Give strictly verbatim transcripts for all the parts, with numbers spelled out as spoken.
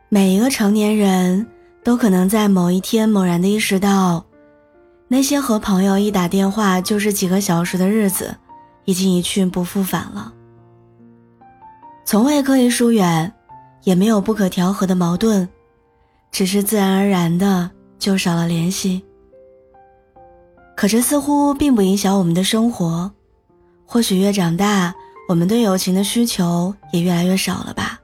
每一个成年人都可能在某一天猛然地意识到，那些和朋友一打电话就是几个小时的日子已经一去不复返了。从未刻意疏远，也没有不可调和的矛盾，只是自然而然的就少了联系。可这似乎并不影响我们的生活，或许越长大，我们对友情的需求也越来越少了吧。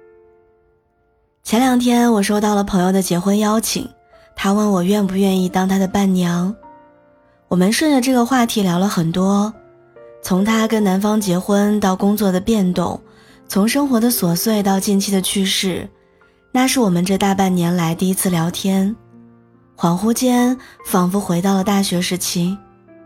前两天我收到了朋友的结婚邀请，他问我愿不愿意当他的伴娘。我们顺着这个话题聊了很多，从他跟男方结婚到工作的变动，从生活的琐碎到近期的趣事，那是我们这大半年来第一次聊天，恍惚间仿佛回到了大学时期。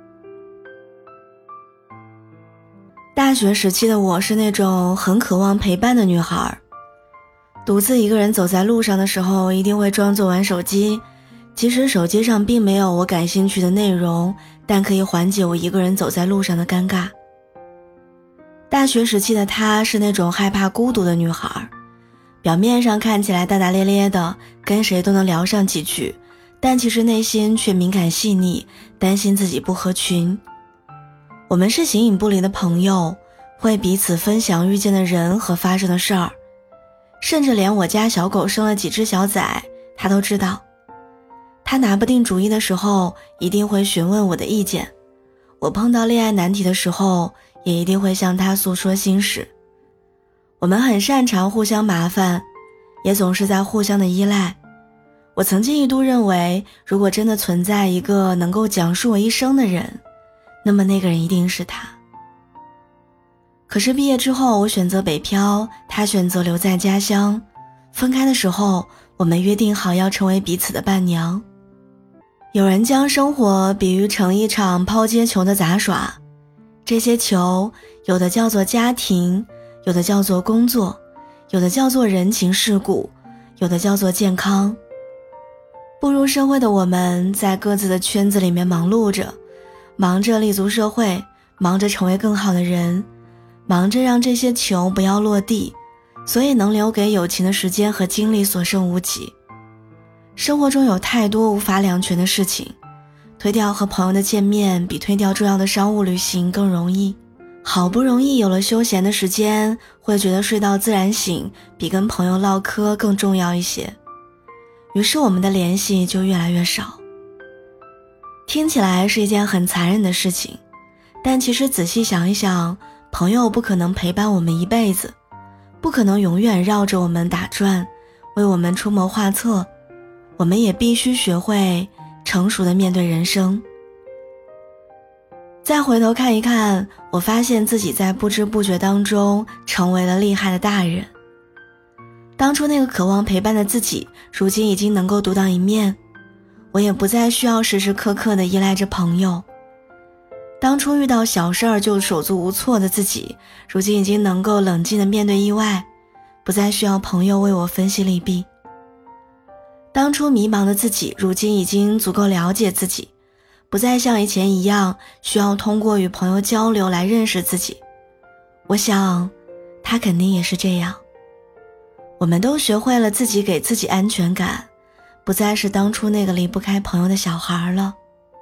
大学时期的我是那种很渴望陪伴的女孩，独自一个人走在路上的时候，一定会装作玩手机，即使手机上并没有我感兴趣的内容，但可以缓解我一个人走在路上的尴尬。大学时期的她是那种害怕孤独的女孩，表面上看起来大大咧咧的，跟谁都能聊上几句，但其实内心却敏感细腻，担心自己不合群。我们是形影不离的朋友，会彼此分享遇见的人和发生的事儿，甚至连我家小狗生了几只小崽，她都知道。她拿不定主意的时候，一定会询问我的意见。我碰到恋爱难题的时候，也一定会向她诉说心事。我们很擅长互相麻烦，也总是在互相的依赖。我曾经一度认为，如果真的存在一个能够讲述我一生的人，那么那个人一定是他。可是毕业之后，我选择北漂，他选择留在家乡。分开的时候，我们约定好要成为彼此的伴娘。有人将生活比喻成一场抛接球的杂耍，这些球有的叫做家庭，有的叫做工作，有的叫做人情世故，有的叫做健康。步入社会的我们，在各自的圈子里面忙碌着，忙着立足社会，忙着成为更好的人，忙着让这些球不要落地，所以能留给友情的时间和精力所剩无几。生活中有太多无法两全的事情，推掉和朋友的见面比推掉重要的商务旅行更容易。好不容易有了休闲的时间，会觉得睡到自然醒比跟朋友唠嗑更重要一些，于是我们的联系就越来越少。听起来是一件很残忍的事情，但其实仔细想一想，朋友不可能陪伴我们一辈子，不可能永远绕着我们打转，为我们出谋划策，我们也必须学会成熟地面对人生。再回头看一看，我发现自己在不知不觉当中成为了厉害的大人。当初那个渴望陪伴的自己，如今已经能够独当一面，我也不再需要时时刻刻地依赖着朋友。当初遇到小事儿就手足无措的自己，如今已经能够冷静地面对意外，不再需要朋友为我分析利弊。当初迷茫的自己，如今已经足够了解自己，不再像以前一样需要通过与朋友交流来认识自己。我想他肯定也是这样。我们都学会了自己给自己安全感，不再是当初那个离不开朋友的小孩了。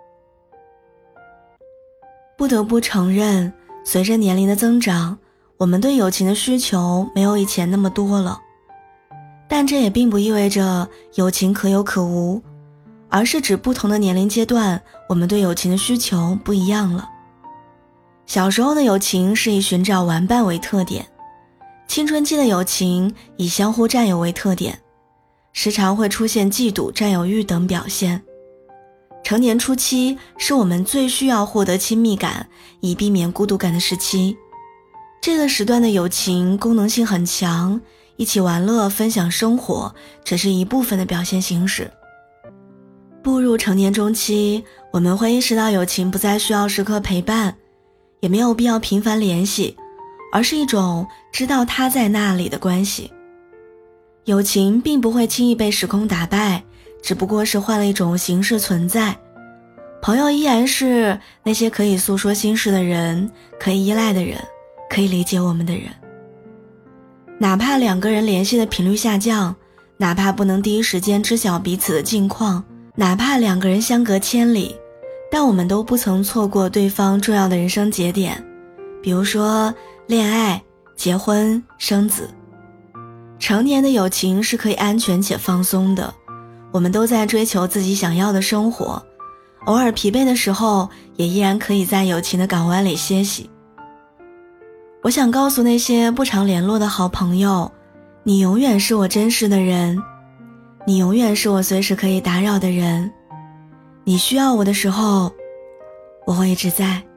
不得不承认，随着年龄的增长，我们对友情的需求没有以前那么多了。但这也并不意味着友情可有可无，而是指不同的年龄阶段，我们对友情的需求不一样了。小时候的友情是以寻找玩伴为特点，青春期的友情以相互占有为特点，时常会出现嫉妒、占有欲等表现。成年初期是我们最需要获得亲密感，以避免孤独感的时期。这个时段的友情功能性很强，一起玩乐、分享生活只是一部分的表现形式。步入成年中期，我们会意识到友情不再需要时刻陪伴，也没有必要频繁联系，而是一种知道他在那里的关系。友情并不会轻易被时空打败，只不过是换了一种形式存在。朋友依然是那些可以诉说心事的人，可以依赖的人，可以理解我们的人。哪怕两个人联系的频率下降， 哪怕不能第一时间知晓彼此的近况，哪怕两个人相隔千里，但我们都不曾错过对方重要的人生节点，比如说恋爱、结婚、生子。成年的友情是可以安全且放松的，我们都在追求自己想要的生活，偶尔疲惫的时候，也依然可以在友情的港湾里歇息。我想告诉那些不常联络的好朋友，你永远是我真实的人，你永远是我随时可以打扰的人，你需要我的时候，我会一直在。